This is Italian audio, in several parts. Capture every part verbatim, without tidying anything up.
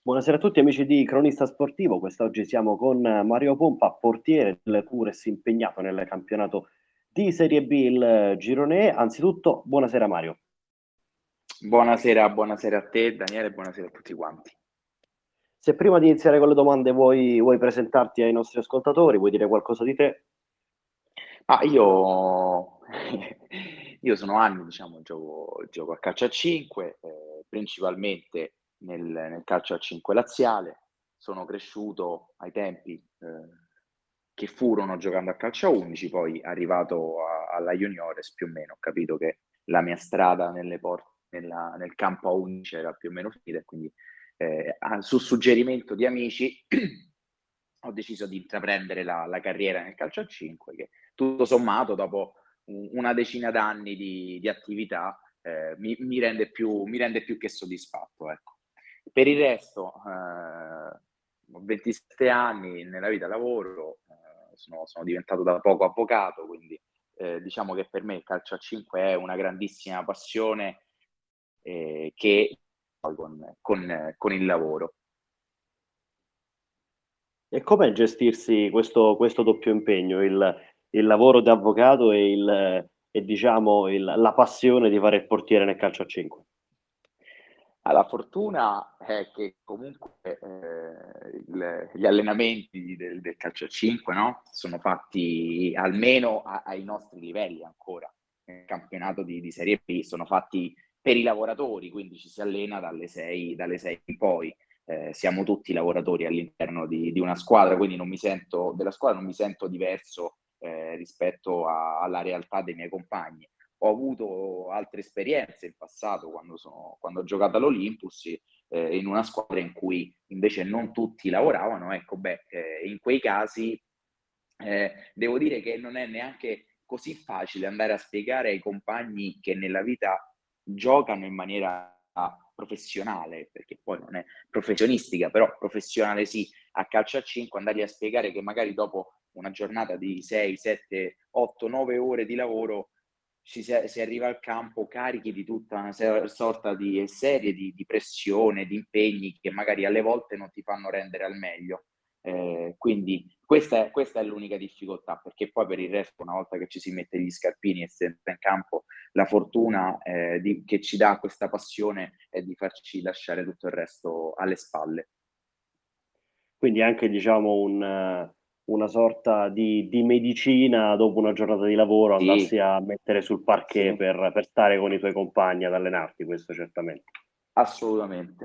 Buonasera a tutti amici di Cronista Sportivo, quest'oggi siamo con Mario Pompa, portiere del Cures impegnato nel campionato di Serie B, il Girone E. Anzitutto, buonasera Mario. Buonasera, buonasera a te Daniele, buonasera a tutti quanti. Se prima di iniziare con le domande vuoi, vuoi presentarti ai nostri ascoltatori, vuoi dire qualcosa di te? Ah, io, io sono anni, diciamo, gioco, gioco a calcio a cinque, eh, principalmente nel, nel calcio a cinque laziale. Sono cresciuto ai tempi eh, che furono giocando a calcio a undici, poi arrivato a- alla juniores più o meno, ho capito che la mia strada nelle porte, nella- nel campo a undici era più o meno finita, e quindi eh, a- su suggerimento di amici ho deciso di intraprendere la, la carriera nel calcio a cinque, che tutto sommato, dopo un- una decina d'anni di, di attività, eh, mi, mi rende più, mi rende più che soddisfatto. Ecco. Per il resto, eh, ho ventisette anni, nella vita lavoro, eh, sono, sono diventato da poco avvocato, quindi eh, diciamo che per me il calcio a cinque è una grandissima passione eh, che poi con, con, con il lavoro. E com'è gestirsi questo, questo doppio impegno, il, il lavoro da avvocato e, il, e diciamo il- la passione di fare il portiere nel calcio a cinque? Ah, la fortuna è che comunque eh, il- gli allenamenti del, del calcio a cinque, no? Sono fatti almeno a- ai nostri livelli ancora. Nel campionato di, di Serie B sono fatti per i lavoratori, quindi ci si allena dalle sei, dalle sei in poi. Eh, siamo tutti lavoratori all'interno di, di una squadra, quindi non mi sento, della squadra non mi sento diverso eh, rispetto a- alla realtà dei miei compagni. Ho avuto altre esperienze in passato quando, sono, quando ho giocato all'Olympus, eh, in una squadra in cui invece non tutti lavoravano. Ecco, beh, eh, in quei casi eh, devo dire che non è neanche così facile andare a spiegare ai compagni che nella vita giocano in maniera professionale, perché poi non è professionistica, però professionale sì, a calcio a cinque, andargli a spiegare che magari dopo una giornata di sei, sette, otto, nove ore di lavoro ci si, si arriva al campo carichi di tutta una se- sorta di serie di, di pressione, di impegni che magari alle volte non ti fanno rendere al meglio. Eh, quindi questa è, questa è l'unica difficoltà, perché poi per il resto, una volta che ci si mette gli scarpini e si entra in campo, la fortuna eh, di, che ci dà questa passione è di farci lasciare tutto il resto alle spalle. Quindi anche diciamo un, eh, una sorta di, di medicina dopo una giornata di lavoro, Sì, andarsi a mettere sul parquet sì, per, per stare con i tuoi compagni ad allenarti, questo certamente. assolutamente.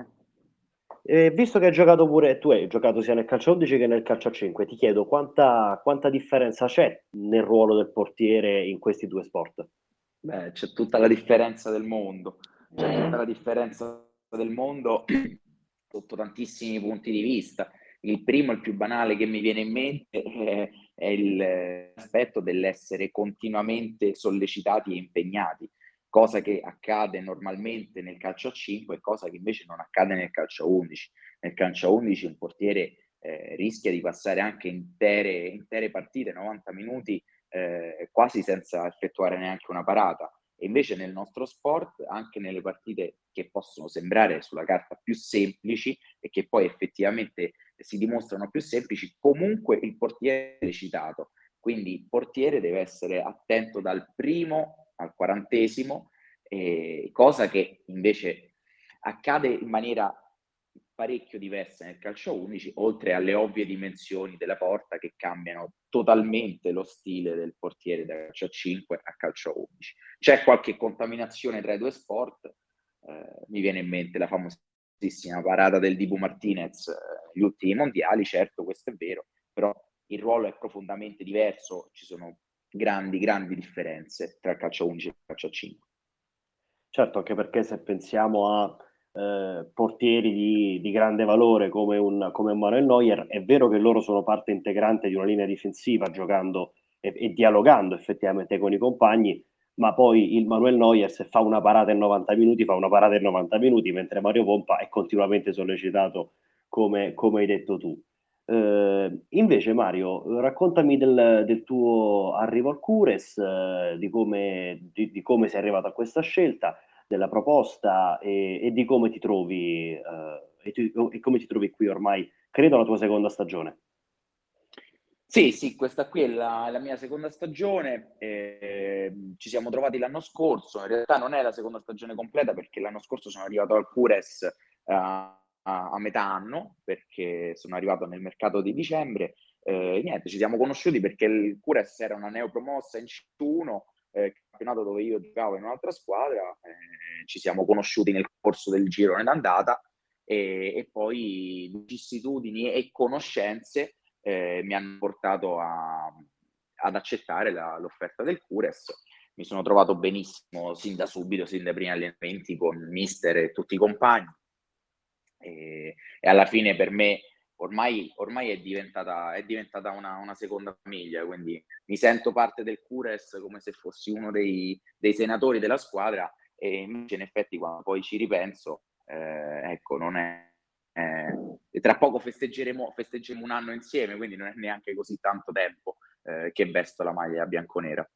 E visto che hai giocato pure, tu hai giocato sia nel calcio a undici che nel calcio a cinque, ti chiedo quanta, quanta differenza c'è nel ruolo del portiere in questi due sport? Beh, c'è tutta la differenza del mondo, c'è tutta la differenza del mondo sotto tantissimi punti di vista. Il primo, il più banale che mi viene in mente è, è il- l'aspetto dell'essere continuamente sollecitati e impegnati, cosa che accade normalmente nel calcio a cinque e cosa che invece non accade nel calcio a undici. Nel calcio a undici un portiere eh, rischia di passare anche intere, intere partite, novanta minuti, eh, quasi senza effettuare neanche una parata. E invece nel nostro sport, anche nelle partite che possono sembrare sulla carta più semplici e che poi effettivamente si dimostrano più semplici, comunque il portiere è citato. Quindi il portiere deve essere attento dal primo al quarantesimo, eh, cosa che invece accade in maniera parecchio diversa nel calcio a undici, oltre alle ovvie dimensioni della porta che cambiano totalmente lo stile del portiere da calcio a cinque a calcio a undici. C'è qualche contaminazione tra i due sport, eh, mi viene in mente la famosissima parata del Dibu Martinez eh, negli ultimi mondiali, certo questo è vero, però il ruolo è profondamente diverso, ci sono grandi, grandi differenze tra il calcio a undici e il calcio a cinque. Certo, anche perché se pensiamo a eh, portieri di, di grande valore come un, come un Manuel Neuer, è vero che loro sono parte integrante di una linea difensiva, giocando e, e dialogando effettivamente con i compagni, ma poi il Manuel Neuer se fa una parata in novanta minuti, fa una parata in novanta minuti, mentre Mario Pompa è continuamente sollecitato, come, come hai detto tu. Eh, invece Mario, raccontami del, del tuo arrivo al Cures, eh, di come, di, di come sei arrivato a questa scelta, della proposta e, e di come ti trovi eh, e, tu- e come ti trovi qui ormai, credo, la tua seconda stagione. Sì, sì, questa qui è la, la mia seconda stagione. Eh, ci siamo trovati l'anno scorso. In realtà non è la seconda stagione completa perché l'anno scorso sono arrivato al Cures eh, a, a metà anno, perché sono arrivato nel mercato di dicembre. Eh, niente, ci siamo conosciuti perché il Cures era una neopromossa in C uno, eh, campionato dove io giocavo in un'altra squadra. Eh, ci siamo conosciuti nel corso del girone d'andata e, e poi vicissitudini e conoscenze eh, mi hanno portato a, ad accettare la, l'offerta del Cures. Mi sono trovato benissimo sin da subito, sin dai primi allenamenti con mister e tutti i compagni e, e alla fine per me ormai, ormai è diventata, è diventata una, una seconda famiglia, quindi mi sento parte del Cures come se fossi uno dei, dei senatori della squadra e invece in effetti quando poi ci ripenso, eh, ecco, non è... Eh, tra poco festeggeremo, festeggeremo un anno insieme, quindi non è neanche così tanto tempo eh, che vesto la maglia bianconera.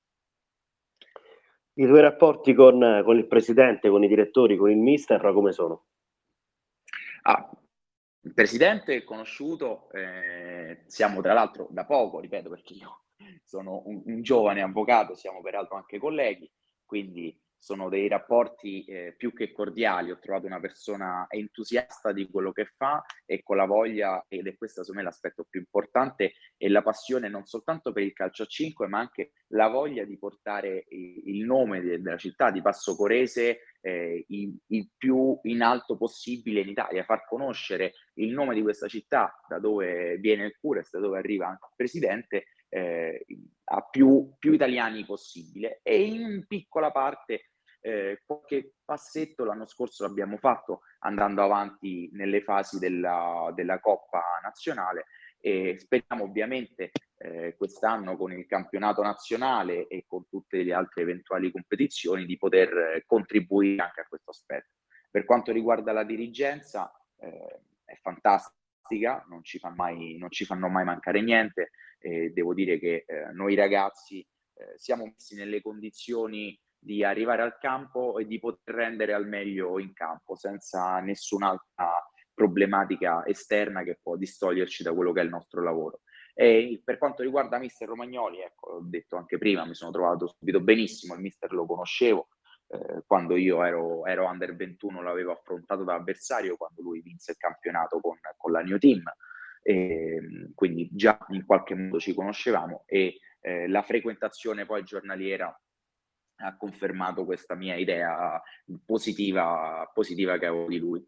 I tuoi rapporti con, con il presidente, con i direttori, con il mister, come sono? Ah, il presidente conosciuto, eh, siamo tra l'altro da poco, ripeto, perché io sono un, un giovane avvocato, siamo peraltro anche colleghi, quindi sono dei rapporti eh, più che cordiali. Ho trovato una persona entusiasta di quello che fa e con la voglia, ed è questo secondo me l'aspetto più importante, e la passione non soltanto per il calcio a cinque, ma anche la voglia di portare il nome de- della città di Passo Corese eh, il, il più in alto possibile in Italia, far conoscere il nome di questa città, da dove viene il Cures, da dove arriva anche il presidente, eh, a più, più italiani possibile. E in piccola parte eh, qualche passetto l'anno scorso l'abbiamo fatto andando avanti nelle fasi della, della Coppa Nazionale e speriamo ovviamente eh, quest'anno con il campionato nazionale e con tutte le altre eventuali competizioni di poter eh, contribuire anche a questo aspetto. Per quanto riguarda la dirigenza, eh, è fantastica, non ci, fa mai, non ci fanno mai mancare niente e devo dire che eh, noi ragazzi eh, siamo messi nelle condizioni di arrivare al campo e di poter rendere al meglio in campo senza nessun'altra problematica esterna che può distoglierci da quello che è il nostro lavoro. E per quanto riguarda mister Romagnoli, ecco, l'ho detto anche prima, mi sono trovato subito benissimo, il mister lo conoscevo, eh, quando io ero, ero under ventuno l'avevo affrontato da avversario quando lui vinse il campionato con, con la New Team, e, quindi già in qualche modo ci conoscevamo e eh, la frequentazione poi giornaliera ha confermato questa mia idea positiva, positiva che avevo di lui.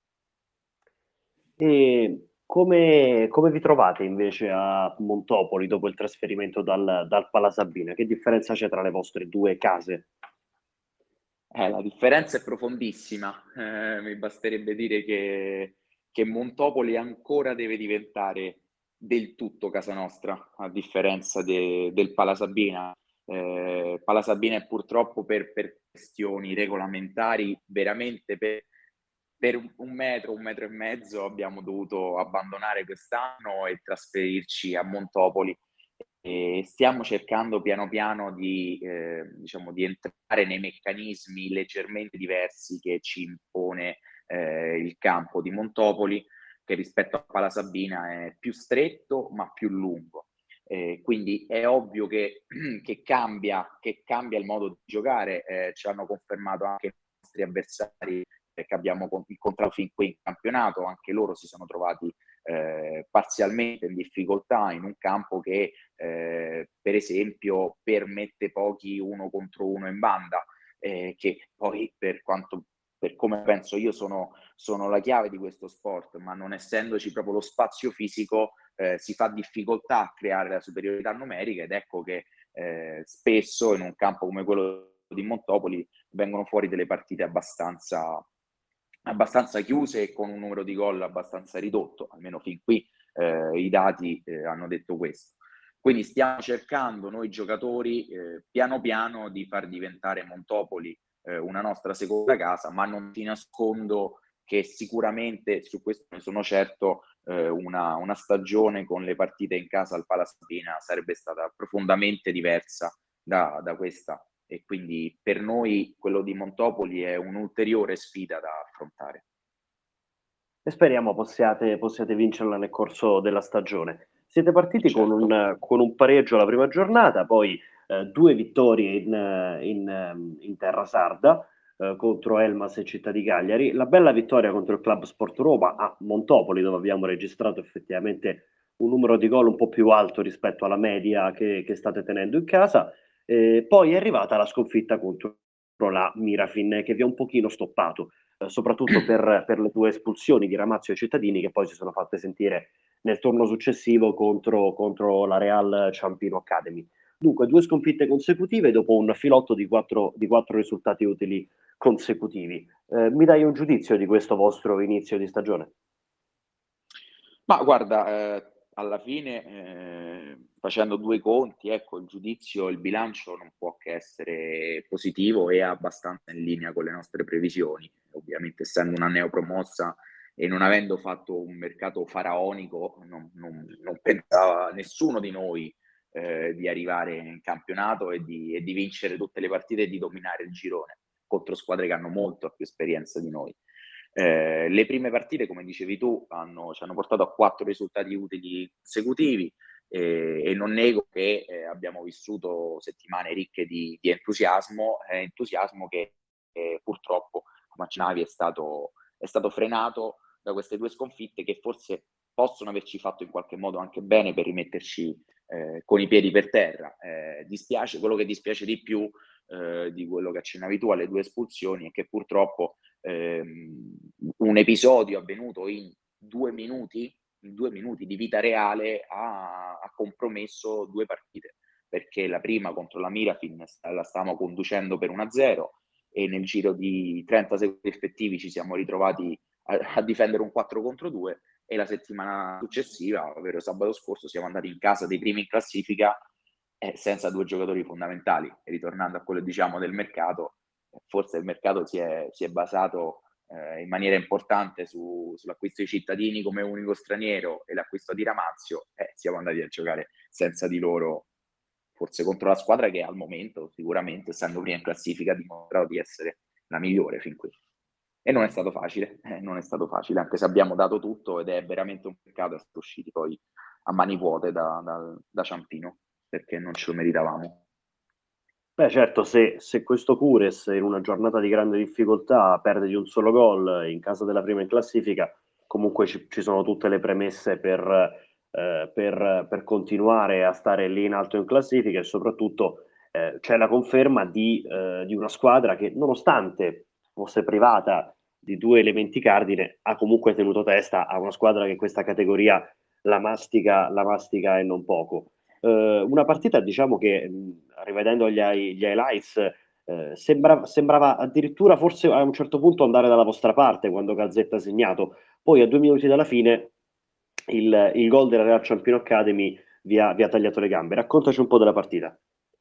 E come, come vi trovate invece a Montopoli dopo il trasferimento dal, dal Palasabina? Che differenza c'è tra le vostre due case? Eh, la differenza è profondissima, eh, mi basterebbe dire che, che Montopoli ancora deve diventare del tutto casa nostra, a differenza de- del Palasabina. Eh, Palasabina è purtroppo per, per questioni regolamentari, veramente per, per un metro, un metro e mezzo abbiamo dovuto abbandonare quest'anno e trasferirci a Montopoli e stiamo cercando piano piano di, eh, diciamo, di entrare nei meccanismi leggermente diversi che ci impone eh, il campo di Montopoli, che rispetto a Palasabina è più stretto ma più lungo. Eh, quindi è ovvio che, che, cambia, che cambia il modo di giocare, eh, ci hanno confermato anche i nostri avversari che abbiamo incontrato fin qui in campionato, anche loro si sono trovati eh, parzialmente in difficoltà in un campo che eh, per esempio permette pochi uno contro uno in banda, eh, che poi per quanto per come penso io sono, sono la chiave di questo sport, ma non essendoci proprio lo spazio fisico eh, si fa difficoltà a creare la superiorità numerica ed ecco che eh, spesso in un campo come quello di Montopoli vengono fuori delle partite abbastanza abbastanza chiuse e con un numero di gol abbastanza ridotto, almeno fin qui eh, i dati eh, hanno detto questo. Quindi stiamo cercando noi giocatori eh, piano piano di far diventare Montopoli eh, una nostra seconda casa, ma non ti nascondo che sicuramente, su questo ne sono certo, eh, una, una stagione con le partite in casa al Palasabina sarebbe stata profondamente diversa da, da questa e quindi per noi quello di Montopoli è un'ulteriore sfida da affrontare. E speriamo possiate, possiate vincerla nel corso della stagione. Siete partiti con Certo. un, con un pareggio la prima giornata, poi eh, due vittorie in, in, ehm, in terra sarda eh, contro Elmas e Città di Cagliari. La bella vittoria contro il Club Sport Roma a Montopoli, dove abbiamo registrato effettivamente un numero di gol un po' più alto rispetto alla media che, che state tenendo in casa. Eh, poi è arrivata la sconfitta contro la Mirafin, che vi ha un pochino stoppato. Eh, soprattutto per, per le due espulsioni di Ramazzo e Cittadini che poi si sono fatte sentire nel turno successivo contro, contro la Real Ciampino Academy. Dunque, due sconfitte consecutive dopo un filotto di quattro, di quattro risultati utili consecutivi. Eh, mi dai un giudizio di questo vostro inizio di stagione? Ma guarda, eh, alla fine, eh, facendo due conti, ecco, il giudizio, il bilancio non può che essere positivo e abbastanza in linea con le nostre previsioni. Ovviamente, essendo una neopromossa e non avendo fatto un mercato faraonico, non, non- non pensava nessuno di noi eh, di arrivare in campionato e di, e di vincere tutte le partite e di dominare il girone contro squadre che hanno molto più esperienza di noi. Eh, le prime partite, come dicevi tu, hanno, ci hanno portato a quattro risultati utili consecutivi eh, e non nego che eh, abbiamo vissuto settimane ricche di, di entusiasmo, eh, entusiasmo che eh, purtroppo, come accennavi, è stato, è stato frenato da queste due sconfitte che forse possono averci fatto in qualche modo anche bene per rimetterci eh, con i piedi per terra. Eh, dispiace, quello che dispiace di più eh, di quello che accennavi tu alle due espulsioni è che purtroppo ehm, un episodio avvenuto in due minuti, in due minuti di vita reale ha, ha compromesso due partite, perché la prima contro la Mirafin la stavamo conducendo per uno a zero e nel giro di trenta secondi effettivi ci siamo ritrovati a, a difendere un quattro contro due e la settimana successiva, ovvero sabato scorso, siamo andati in casa dei primi in classifica eh, senza due giocatori fondamentali. E ritornando a quello diciamo del mercato, forse il mercato si è, si è basato eh, in maniera importante su, sull'acquisto di Cittadini come unico straniero e l'acquisto di Ramazio, eh, siamo andati a giocare senza di loro, forse contro la squadra che al momento, sicuramente, essendo prima in classifica, ha dimostrato di essere la migliore fin qui. E non è stato facile, eh, non è stato facile, anche se abbiamo dato tutto ed è veramente un peccato essere usciti poi a mani vuote da, da, da Ciampino, perché non ce lo meritavamo. Beh, certo, se, se questo Cures in una giornata di grande difficoltà perde di un solo gol in casa della prima in classifica, comunque ci, ci sono tutte le premesse per, eh, per, per continuare a stare lì in alto in classifica e soprattutto eh, c'è la conferma di, eh, di una squadra che nonostante fosse privata di due elementi cardine ha comunque tenuto testa a una squadra che in questa categoria la mastica, la mastica e non poco. Eh, una partita, diciamo che mh, rivedendo gli, gli highlights, eh, sembra, sembrava addirittura forse a un certo punto andare dalla vostra parte quando Gazzetta ha segnato. Poi a due minuti dalla fine il, il gol della Real Ciampino Academy vi ha, vi ha tagliato le gambe. Raccontaci un po' della partita.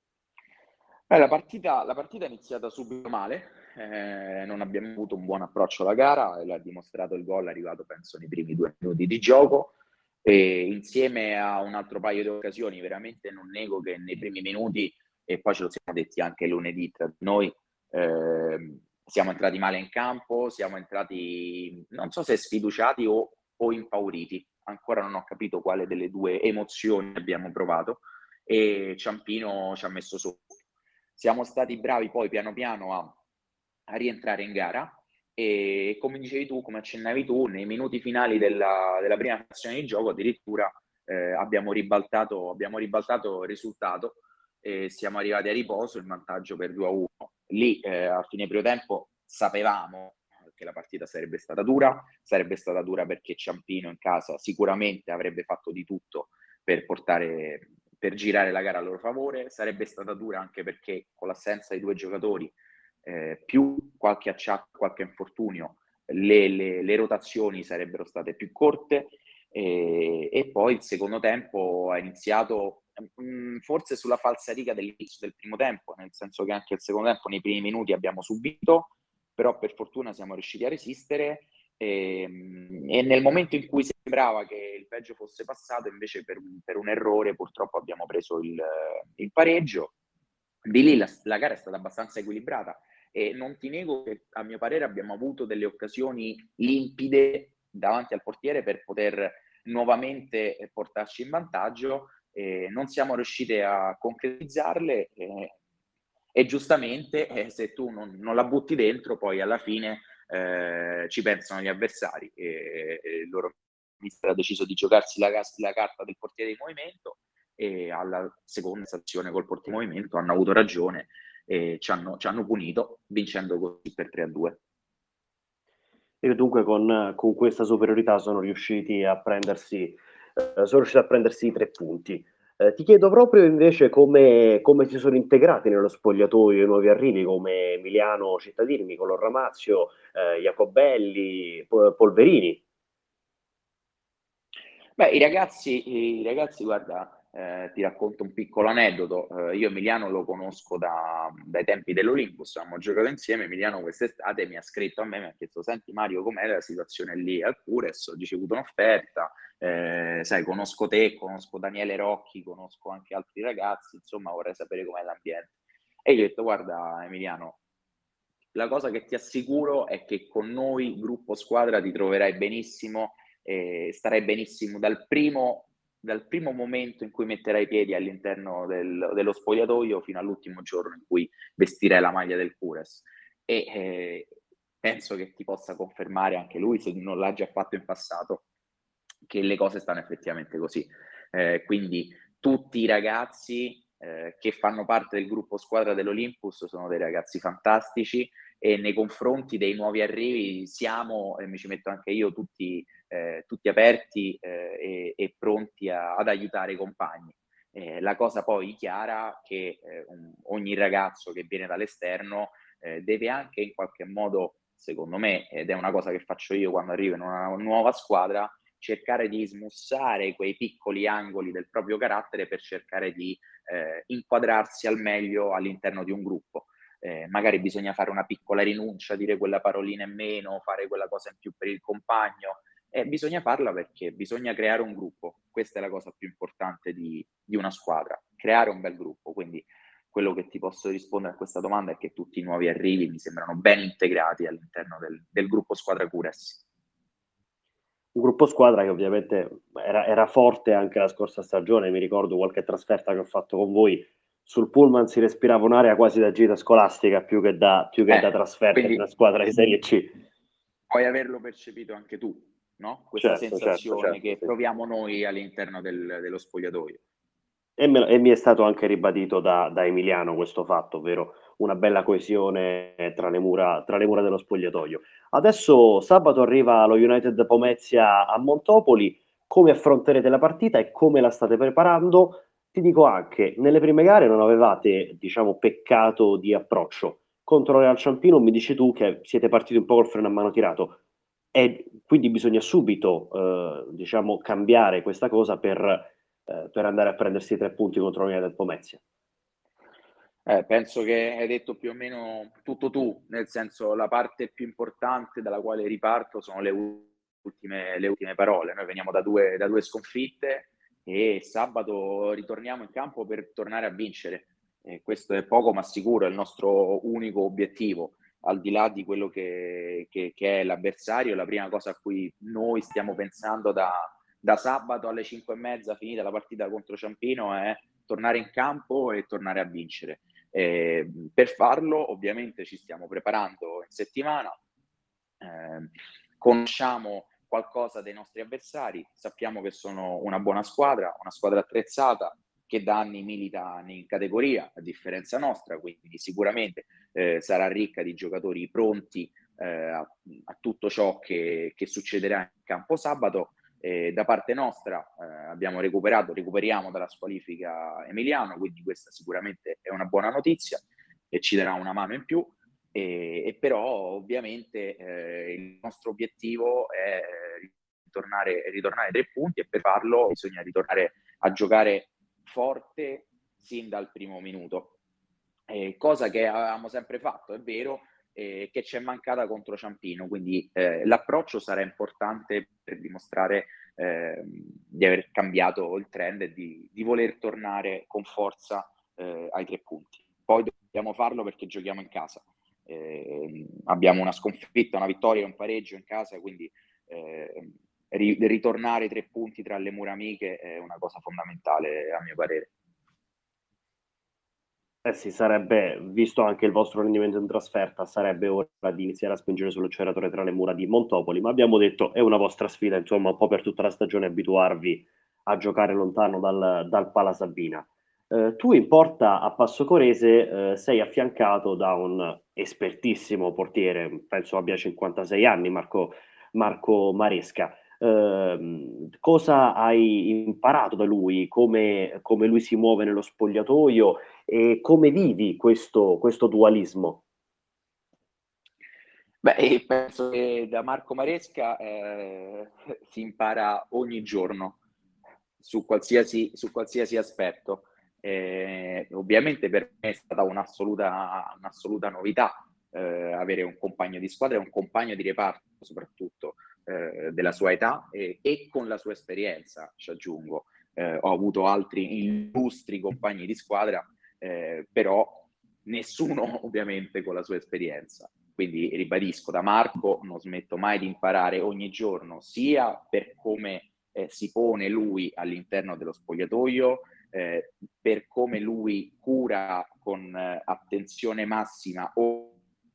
Eh, la partita, la partita è iniziata subito male, eh, non abbiamo avuto un buon approccio alla gara e l'ha dimostrato il gol arrivato penso nei primi due minuti di gioco e insieme a un altro paio di occasioni, veramente non nego che nei primi minuti, e poi ce lo siamo detti anche lunedì tra noi, eh, siamo entrati male in campo, siamo entrati non so se sfiduciati o, o impauriti, ancora non ho capito quale delle due emozioni abbiamo provato e Ciampino ci ha messo sotto. Siamo stati bravi poi piano piano a, a rientrare in gara e come dicevi tu, come accennavi tu, nei minuti finali della, della prima frazione di gioco addirittura eh, abbiamo, ribaltato, abbiamo ribaltato il risultato e siamo arrivati a riposo, il vantaggio per due a uno. Lì eh, a fine primo tempo sapevamo che la partita sarebbe stata dura, sarebbe stata dura perché Ciampino in casa sicuramente avrebbe fatto di tutto per portare per girare la gara a loro favore, sarebbe stata dura anche perché con l'assenza di due giocatori eh, più qualche acciacco, qualche infortunio, le, le, le rotazioni sarebbero state più corte e, e poi il secondo tempo è iniziato mh, forse sulla falsariga dell'inizio del primo tempo, nel senso che anche il secondo tempo nei primi minuti abbiamo subito, però per fortuna siamo riusciti a resistere e, e nel momento in cui sembrava che il peggio fosse passato, invece per, per un errore purtroppo abbiamo preso il, il pareggio Di lì la, la gara è stata abbastanza equilibrata e non ti nego che a mio parere abbiamo avuto delle occasioni limpide davanti al portiere per poter nuovamente portarci in vantaggio, e non siamo riusciti a concretizzarle, e, e giustamente eh, se tu non, non la butti dentro poi alla fine eh, ci pensano gli avversari, e, e il loro mister ha deciso di giocarsi la, la carta del portiere di movimento, e alla seconda azione col portiere in movimento hanno avuto ragione e ci hanno, ci hanno punito vincendo così per tre a due. E dunque con, con questa superiorità sono riusciti a prendersi, eh, sono riusciti a prendersi i tre punti. Eh, ti chiedo proprio invece come, come si sono integrati nello spogliatoio i nuovi arrivi come Emiliano Cittadini, Nicolò Ramazio, eh, Jacobelli, Po- Polverini. Beh, i ragazzi, i ragazzi guarda, eh, ti racconto un piccolo aneddoto. Eh, io Emiliano lo conosco da, dai tempi dell'Olympus, abbiamo giocato insieme. Emiliano quest'estate mi ha scritto a me, mi ha chiesto: senti Mario, com'è la situazione lì al Cures? Ho ricevuto un'offerta, eh, sai, conosco te, conosco Daniele Rocchi, conosco anche altri ragazzi, insomma vorrei sapere com'è l'ambiente. E gli ho detto: guarda Emiliano, la cosa che ti assicuro è che con noi, gruppo squadra, ti troverai benissimo, e starai benissimo dal primo, dal primo momento in cui metterai i piedi all'interno del, dello spogliatoio fino all'ultimo giorno in cui vestirai la maglia del Cures. E eh, penso che ti possa confermare anche lui, se non l'ha già fatto in passato, che le cose stanno effettivamente così. Eh, quindi tutti i ragazzi eh, che fanno parte del gruppo squadra dell'Olympus sono dei ragazzi fantastici, e nei confronti dei nuovi arrivi siamo, e mi ci metto anche io, tutti, eh, tutti aperti eh, e, e, pronti a, ad aiutare i compagni. Eh, la cosa poi chiara che eh, un, ogni ragazzo che viene dall'esterno eh, deve anche in qualche modo, secondo me, ed è una cosa che faccio io quando arrivo in una nuova squadra, cercare di smussare quei piccoli angoli del proprio carattere per cercare di eh, inquadrarsi al meglio all'interno di un gruppo. Eh, magari bisogna fare una piccola rinuncia, dire quella parolina in meno, fare quella cosa in più per il compagno, e bisogna farla perché bisogna creare un gruppo. Questa è la cosa più importante di, di una squadra, creare un bel gruppo. Quindi quello che ti posso rispondere a questa domanda è che tutti i nuovi arrivi mi sembrano ben integrati all'interno del, del gruppo squadra Cures. Un gruppo squadra che ovviamente era, era forte anche la scorsa stagione, mi ricordo qualche trasferta che ho fatto con voi, sul pullman si respirava un'area quasi da gita scolastica più che da, più che da Eh, trasferta di una quindi squadra di Serie C. puoi averlo percepito anche tu, no? Questa Certo, certo, sensazione certo, che sì. proviamo noi all'interno del, dello spogliatoio. E, me- e mi è stato anche ribadito da, da Emiliano questo fatto, ovvero una bella coesione tra le mura, tra le mura dello spogliatoio. Adesso sabato arriva lo United Pomezia a Montopoli. Come affronterete la partita e come la state preparando? Ti dico anche, nelle prime gare non avevate, diciamo, peccato di approccio. Contro Real Ciampino mi dici tu che siete partiti un po' col freno a mano tirato e quindi bisogna subito, eh, diciamo, cambiare questa cosa per, eh, per andare a prendersi i tre punti contro l'Unione del Pomezia. Eh, penso che hai detto più o meno tutto tu, nel senso la parte più importante dalla quale riparto sono le ultime, le ultime parole. Noi veniamo da due, da due sconfitte e sabato ritorniamo in campo per tornare a vincere. E questo è poco ma sicuro, è il nostro unico obiettivo, al di là di quello che, che, che è l'avversario. La prima cosa a cui noi stiamo pensando da, da sabato alle cinque e mezza, finita la partita contro Ciampino, è tornare in campo e tornare a vincere. Eh, per farlo ovviamente ci stiamo preparando in settimana, eh, conosciamo qualcosa dei nostri avversari, sappiamo che sono una buona squadra, una squadra attrezzata che da anni milita in categoria, a differenza nostra, quindi sicuramente eh, sarà ricca di giocatori pronti eh, a, a, tutto ciò che, che succederà in campo sabato. Eh, da parte nostra eh, abbiamo recuperato, recuperiamo dalla squalifica Emiliano, quindi questa sicuramente è una buona notizia e ci darà una mano in più. E, e però ovviamente eh, il nostro obiettivo è ritornare, ritornare ai tre punti, e per farlo bisogna ritornare a giocare forte sin dal primo minuto, eh, cosa che avevamo sempre fatto, è vero, eh, che ci è mancata contro Ciampino, quindi eh, l'approccio sarà importante per dimostrare eh, di aver cambiato il trend e di, di voler tornare con forza eh, ai tre punti. poi dobbiamo farlo perché giochiamo in casa. Eh, abbiamo una sconfitta, una vittoria e un pareggio in casa, quindi eh, ri- ritornare ai tre punti tra le mura amiche è una cosa fondamentale, a mio parere. Eh sì, sarebbe, visto anche il vostro rendimento in trasferta, sarebbe ora di iniziare a spingere sull'acceleratore tra le mura di Montopoli, ma abbiamo detto è una vostra sfida, insomma, un po' per tutta la stagione abituarvi a giocare lontano dal, dal Pala Sabina. Eh, tu in porta a Passocorese eh, sei affiancato da un espertissimo portiere, penso abbia cinquantasei anni, Marco, Marco Maresca. Eh, cosa hai imparato da lui? Come, come lui si muove nello spogliatoio? E come vivi questo, questo dualismo? Beh, penso che da Marco Maresca eh, si impara ogni giorno su qualsiasi, su qualsiasi aspetto. Eh, ovviamente per me è stata un'assoluta, un'assoluta novità eh, avere un compagno di squadra e un compagno di reparto, soprattutto eh, della sua età e, e con la sua esperienza, ci aggiungo. Eh, ho avuto altri illustri compagni di squadra, eh, però nessuno ovviamente con la sua esperienza. Quindi ribadisco, da Marco non smetto mai di imparare ogni giorno, sia per come eh, si pone lui all'interno dello spogliatoio, eh, per come lui cura con eh, attenzione massima o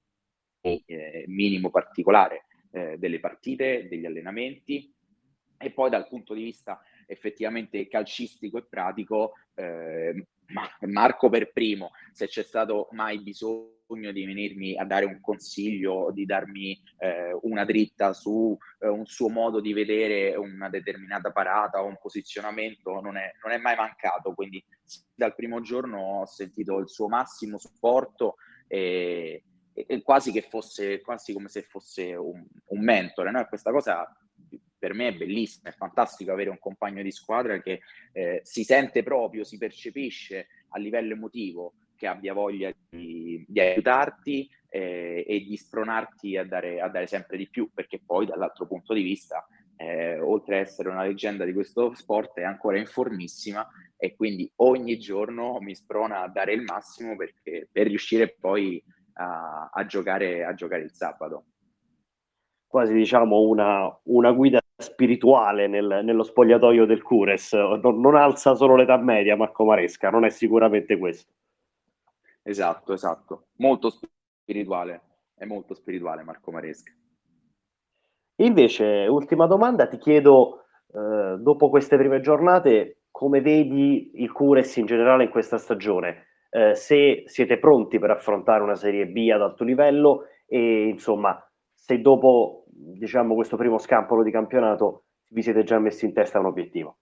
eh, minimo particolare eh, delle partite, degli allenamenti, e poi dal punto di vista effettivamente calcistico e pratico, eh, Marco per primo, se c'è stato mai bisogno di venirmi a dare un consiglio, di darmi eh, una dritta su eh, un suo modo di vedere una determinata parata o un posizionamento, non è, non è mai mancato, quindi dal primo giorno ho sentito il suo massimo supporto e, e quasi che fosse, quasi come se fosse un, un mentore, no? E questa cosa per me è bellissima, è fantastico avere un compagno di squadra che eh, si sente proprio, si percepisce a livello emotivo che abbia voglia di, di aiutarti eh, e di spronarti a dare, a dare sempre di più, perché poi dall'altro punto di vista, eh, oltre ad essere una leggenda di questo sport, è ancora in formissima e quindi ogni giorno mi sprona a dare il massimo perché, per riuscire poi a, a, giocare, a giocare il sabato. Quasi diciamo una, una guida spirituale nel- nello spogliatoio del Cures. Non, non alza solo l'età media, Marco Maresca, non è sicuramente questo. Esatto, esatto. Molto spirituale, è molto spirituale Marco Maresca. Invece, ultima domanda, ti chiedo, eh, dopo queste prime giornate, come vedi il Cures in generale in questa stagione? Eh, se siete pronti per affrontare una Serie B ad alto livello e, insomma, se dopo, diciamo, questo primo scampolo di campionato vi siete già messi in testa un obiettivo.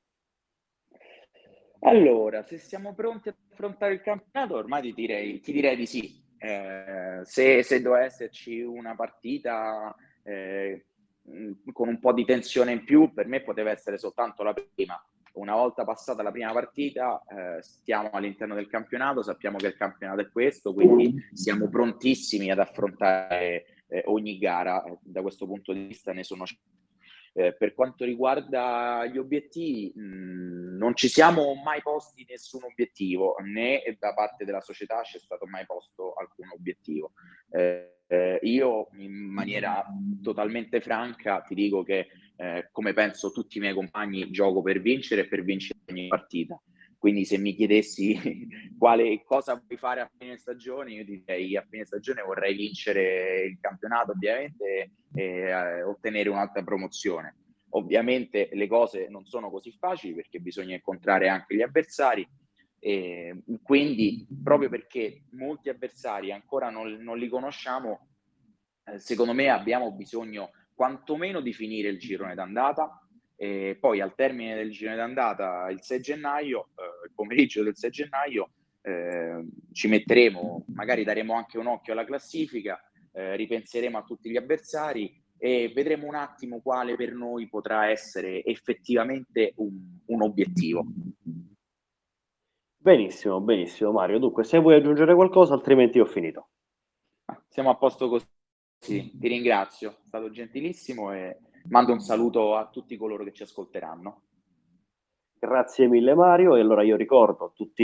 Allora, se siamo pronti ad affrontare il campionato, ormai ti direi, ti direi di sì. Eh, se, se doveva esserci una partita eh, con un po' di tensione in più, per me poteva essere soltanto la prima. Una volta passata la prima partita, eh, stiamo all'interno del campionato, sappiamo che il campionato è questo, quindi siamo prontissimi ad affrontare eh, ogni gara. Da questo punto di vista ne sono eh, per quanto riguarda gli obiettivi, mh, non ci siamo mai posti nessun obiettivo, né da parte della società c'è stato mai posto alcun obiettivo. Eh, eh, io, in maniera totalmente franca, ti dico che, eh, come penso tutti i miei compagni, gioco per vincere e per vincere ogni partita. Quindi se mi chiedessi quale cosa vuoi fare a fine stagione, io direi a fine stagione vorrei vincere il campionato, ovviamente, e eh, ottenere un'altra promozione. Ovviamente le cose non sono così facili perché bisogna incontrare anche gli avversari e quindi proprio perché molti avversari ancora non, non li conosciamo, eh, secondo me abbiamo bisogno quantomeno di finire il girone d'andata e poi al termine del girone d'andata il sei gennaio, eh, il pomeriggio del sei gennaio, eh, ci metteremo, magari daremo anche un occhio alla classifica, eh, ripenseremo a tutti gli avversari e vedremo un attimo quale per noi potrà essere effettivamente un, un obiettivo. Benissimo, benissimo Mario. Dunque, se vuoi aggiungere qualcosa, altrimenti ho finito. Siamo a posto così, ti ringrazio, è stato gentilissimo e mando un saluto a tutti coloro che ci ascolteranno. Grazie mille Mario, e allora io ricordo a tutti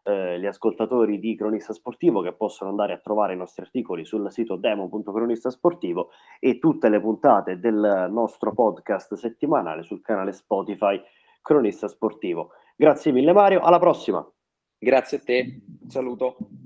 eh, gli ascoltatori di Cronista Sportivo, che possono andare a trovare i nostri articoli sul sito demo punto cronistasportivo e tutte le puntate del nostro podcast settimanale sul canale Spotify Cronista Sportivo. Grazie mille Mario, alla prossima. Grazie a te, un saluto.